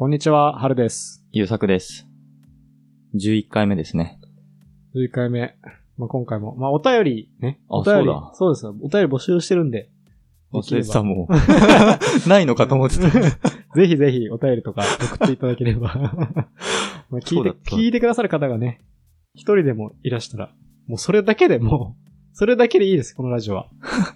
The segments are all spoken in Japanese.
こんにちは、はるです。 ゆうさくです。11回目ですね。 11回目。今回も。お便りね。 あ、そうだ。 そうですよ。お便り募集してるんで。 忘れてたもう。ないのかと思ってた。 ぜひぜひお便りとか送っていただければ。聞いてくださる方がね、一人でもいらしたら、もうそれだけでいいです、このラジオは。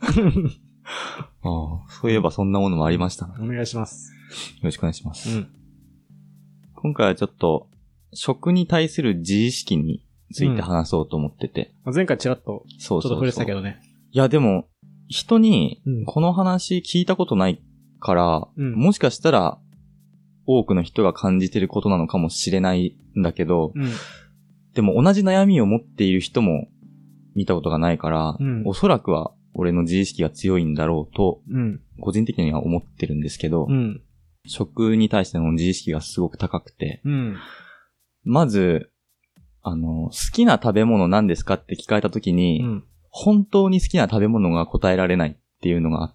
そういえばそんなものもありました。 お願いします。 よろしくお願いします。今回はちょっと、食に対する自意識について話そうと思ってて。 前回ちらっと、ちょっと触れてたけどね。 いやでも、人に、この話聞いたことないから、もしかしたら、多くの人が感じてることなのかもしれないんだけど、でも同じ悩みを持っている人も見たことがないから、おそらくは俺の自意識が強いんだろうと、個人的には思ってるんですけど、食に対しての自意識がすごく高くて、まず、好きな食べ物何ですかって聞かれたときに、本当に好きな食べ物が答えられないっていうのがあって、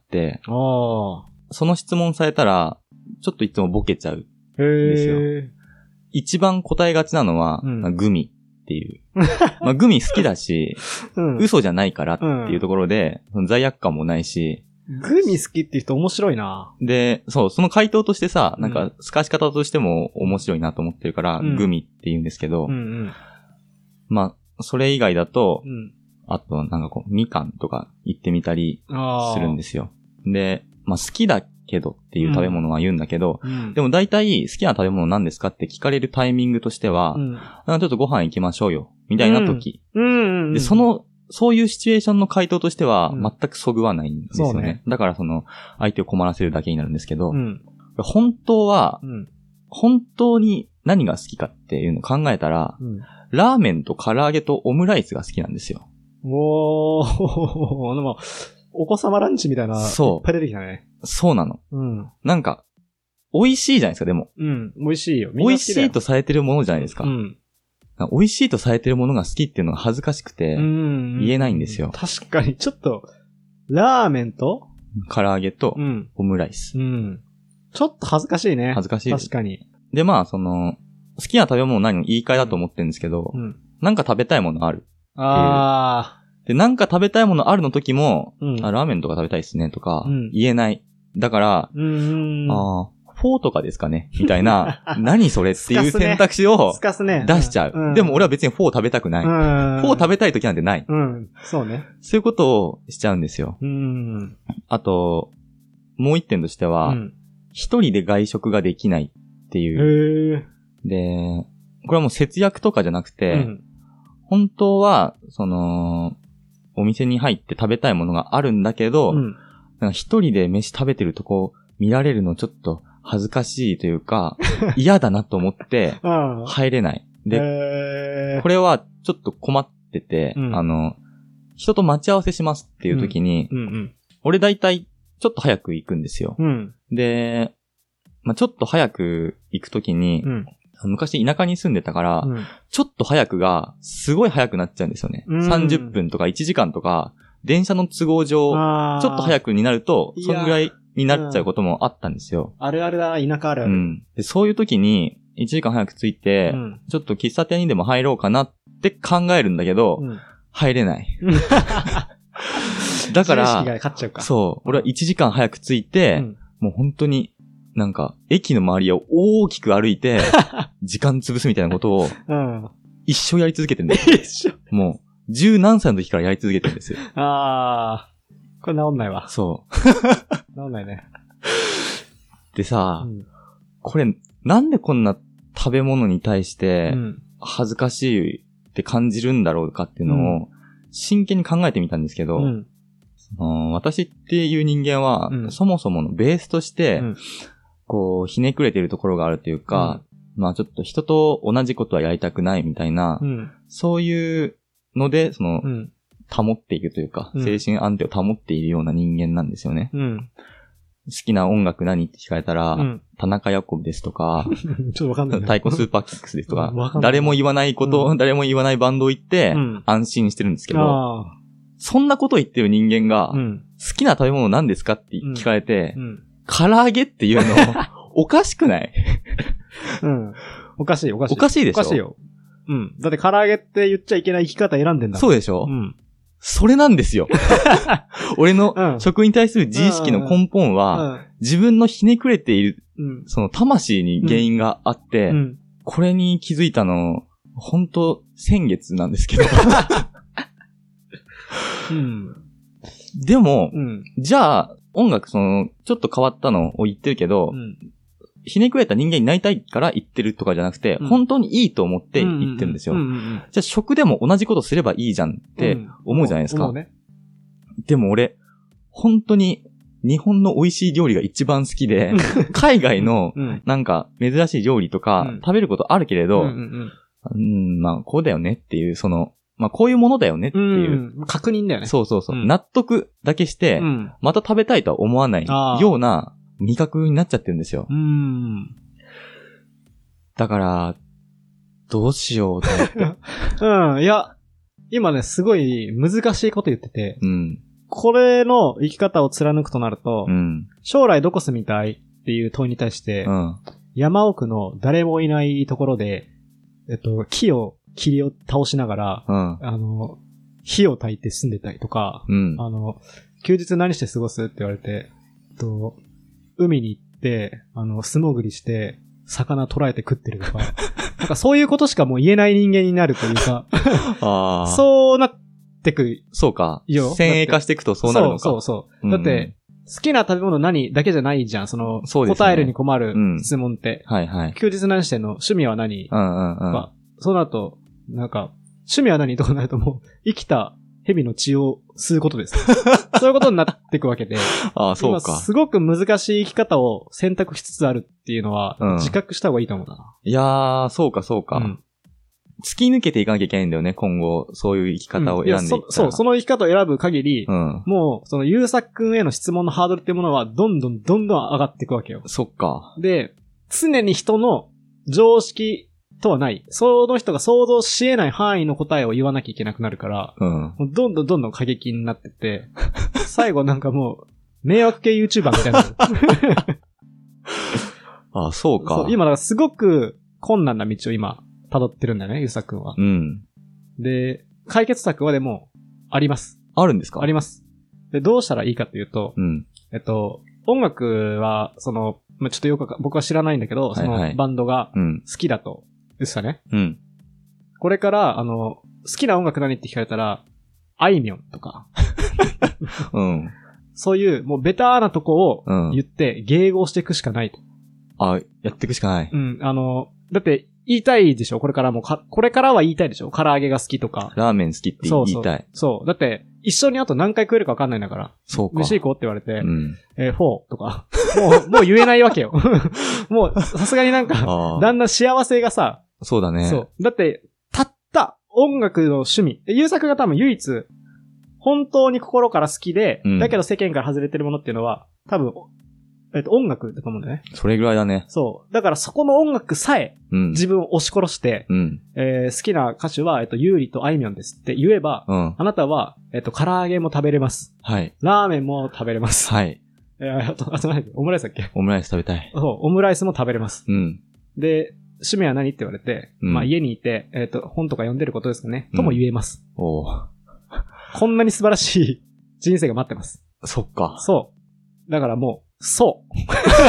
その質問されたら、ちょっといつもボケちゃうんですよ。一番答えがちなのは、グミっていう。グミ好きだし、嘘じゃないからっていうところで、罪悪感もないし、 グミ好きって人面白いな。 で、その回答としてさ、なんか、透かし方としても面白いなと思ってるから、グミって言うんですけど、それ以外だと、あと、みかんとか言ってみたりするんですよ。で、好きだけどっていう食べ物は言うんだけど、でも大体好きな食べ物何ですかって聞かれるタイミングとしては、ちょっとご飯行きましょうよ、みたいな時。で、そういうシチュエーションの回答としては全くそぐわないんですよね。だから相手を困らせるだけになるんですけど、本当は、本当に何が好きかっていうのを考えたら、ラーメンと唐揚げとオムライスが好きなんですよ。 でも、お子様ランチみたいな、いっぱい出てきたね。 そうなの。なんか、美味しいじゃないですか、でも。 美味しいよ。 美味しいとされてるものじゃないですか。美味しいとされてるものが好きっていうのが恥ずかしくて、言えないんですよ。 確かに、ちょっと、ラーメンと唐揚げとオムライス。 ちょっと恥ずかしいね。 恥ずかしい。 確かに。 で、好きな食べ物何の言い換えだと思ってるんですけど、なんか食べたいものある。で、なんか食べたいものあるの時も、ラーメンとか食べたいっすねとか、言えない。だから、フォーとかですかねみたいな、何それっていう選択肢を出しちゃう。でも俺は別にフォー食べたくない。フォー食べたい時なんてない。 そうね。 そういうことをしちゃうんですよ。あと、もう一点としては、一人で外食ができないっていう。で、これはもう節約とかじゃなくて、本当は、お店に入って食べたいものがあるんだけど、一人で飯食べてるとこ見られるのちょっと恥ずかしいというか、嫌だなと思って入れない。で、これはちょっと困ってて、人と待ち合わせしますっていう時に、俺だいたいちょっと早く行くんですよ。で、ちょっと早く行く時に、昔田舎に住んでたから、ちょっと早くがすごい早くなっちゃうんですよね。30分とか1時間とか、電車の都合上、ちょっと早くになると、そのぐらいになっちゃうこともあったんですよ。 あるあるだ、田舎あるある。 で、そういう時に、1時間早く着いて、ちょっと喫茶店にでも入ろうかなって考えるんだけど、入れない。だから、そう、俺は1時間早く着いて、もう本当に、駅の周りを大きく歩いて、時間潰すみたいなことを、一生やり続けてるんですよ。もう、十何歳の時からやり続けてるんですよ。 これ治んないわ。 そう。 治んないね。 でさ、これ、なんでこんな食べ物に対して、恥ずかしいって感じるんだろうかっていうのを、真剣に考えてみたんですけど、私っていう人間は、そもそものベースとして、ひねくれてるところがあるというか、ちょっと人と同じことはやりたくないみたいな、そういうので、保っているというか、精神安定を保っているような人間なんですよね。好きな音楽何って聞かれたら、田中ヤコブですとか、 ちょっとわかんない。 太鼓スーパーキックスですとか、誰も言わないこと、誰も言わないバンドを言って、安心してるんですけど、そんなこと言ってる人間が、好きな食べ物何ですかって聞かれて、唐揚げっていうの、おかしくないうん。おかしい。 おかしいでしょ。 おかしいよ。うん。だって唐揚げって言っちゃいけない生き方選んでんだもん。 そうでしょ。 うん。 それなんですよ。俺の食に対する自意識の根本は、自分のひねくれている、その魂に原因があって、これに気づいたの、本当先月なんですけど。でも、じゃあ、音楽ちょっと変わったのを言ってるけど、ひねくれた人間になりたいから言ってるとかじゃなくて、本当にいいと思って言ってるんですよ。じゃあ食でも同じことすればいいじゃんって思うじゃないですか。でも俺、本当に日本の美味しい料理が一番好きで、海外のなんか珍しい料理とか食べることあるけれど、まあこうだよねっていう、まあこういうものだよねっていう。 確認だよね。 そうそうそう。納得だけして、また食べたいとは思わないような味覚になっちゃってるんですよ。だから、どうしようと思って。 いや、今ね、すごい難しいこと言ってて、これの生き方を貫くとなると、将来どこ住みたいっていう問いに対して、山奥の誰もいないところで、木を倒しながら、火を焚いて住んでたりとか、休日何して過ごすって言われて、海に行って、素潜りして、魚捕らえて食ってるとか、なんかそういうことしかもう言えない人間になるというか、そうなってく。 そうか。先鋭化していくとそうなるのか。 そう。だって、好きな食べ物何だけじゃないじゃん、答えるに困る質問って。休日何してんの？趣味は何？そうなると、なんか、趣味は何とかなるともう、生きた蛇の血を吸うことです。そういうことになっていくわけで。 そうか。 今すごく難しい生き方を選択しつつあるっていうのは、自覚した方がいいと思うな。 いやー、そうか。突き抜けていかなきゃいけないんだよね、今後。そういう生き方を選んでいったら。 その生き方を選ぶ限り、もう、ゆうさくんへの質問のハードルっていうものは、どんどん上がっていくわけよ。 そっか。 で、常に人の常識とはない。その人が想像し得ない範囲の答えを言わなきゃいけなくなるから、もうどんどん過激になってって、最後なんかもう、迷惑系 YouTuber みたいな。 そうか。 今だからすごく困難な道を今、辿ってるんだよね、ゆうさくんは。で、解決策はでも、あります。 あるんですか？ あります。で、どうしたらいいかというと、音楽は、ちょっとよく僕は知らないんだけど、そのバンドが好きだと言ってたね。これから、好きな音楽何って聞かれたら、あいみょんとか、そういう、もうベターなとこを言って、迎合していくしかないと。 やっていくしかない。 だって、言いたいでしょこれからは言いたいでしょ唐揚げが好きとか。 ラーメン好きって言いたい。 そう。だって、一緒にあと何回食えるか分かんないんだから。 そうか。 飯行こうって言われて、フォーとか。もう言えないわけよ。もう、さすがになんか、だんだん幸せがさ。 そうだね。そう。 だって、たった音楽の趣味。優作が多分唯一、本当に心から好きで、だけど世間から外れてるものっていうのは、多分、音楽だと思うんだよね。 それぐらいだね。 そう。だからそこの音楽さえ、自分を押し殺して、好きな歌手は、ユーリとあいみょんですって言えば、あなたは、唐揚げも食べれます。 はい。 ラーメンも食べれます。 はい。 あと何オムライスだっけ？ オムライス食べたい。 そう、オムライスも食べれます。で、趣味は何って言われて、まあ家にいて、本とか読んでることですかね。とも言えます。こんなに素晴らしい人生が待ってます。 そっか。 そう。だからもう、そう。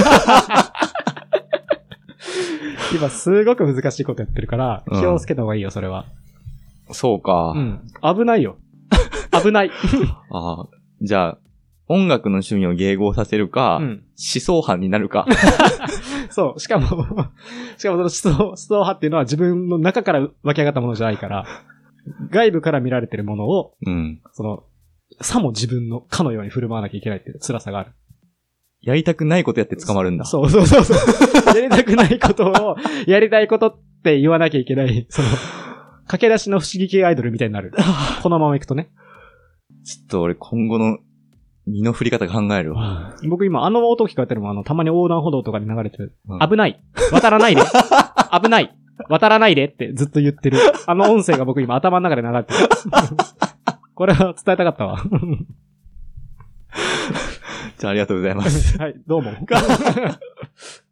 今すごく難しいことやってるから、気をつけた方がいいよ、それは。 そうか。 危ないよ。危ない。 じゃあ、音楽の趣味を迎合させるか、思想犯になるか。 そう。しかもその思想派っていうのは自分の中から湧き上がったものじゃないから、外部から見られてるものを、さも自分のかのように振る舞わなきゃいけないっていう辛さがある。 やりたくないことやって捕まるんだ。 そう。やりたくないことを、やりたいことって言わなきゃいけない、駆け出しの不思議系アイドルみたいになる。このままいくとね。 ちょっと俺今後の身の振り方考えるわ。 僕今音聞かれてるもん、たまに横断歩道とかに流れてる。危ない。渡らないで。危ない。渡らないでってずっと言ってる。音声が僕今頭の中で流れてる。これは伝えたかったわ。 じゃあありがとうございます。 はい、どうも。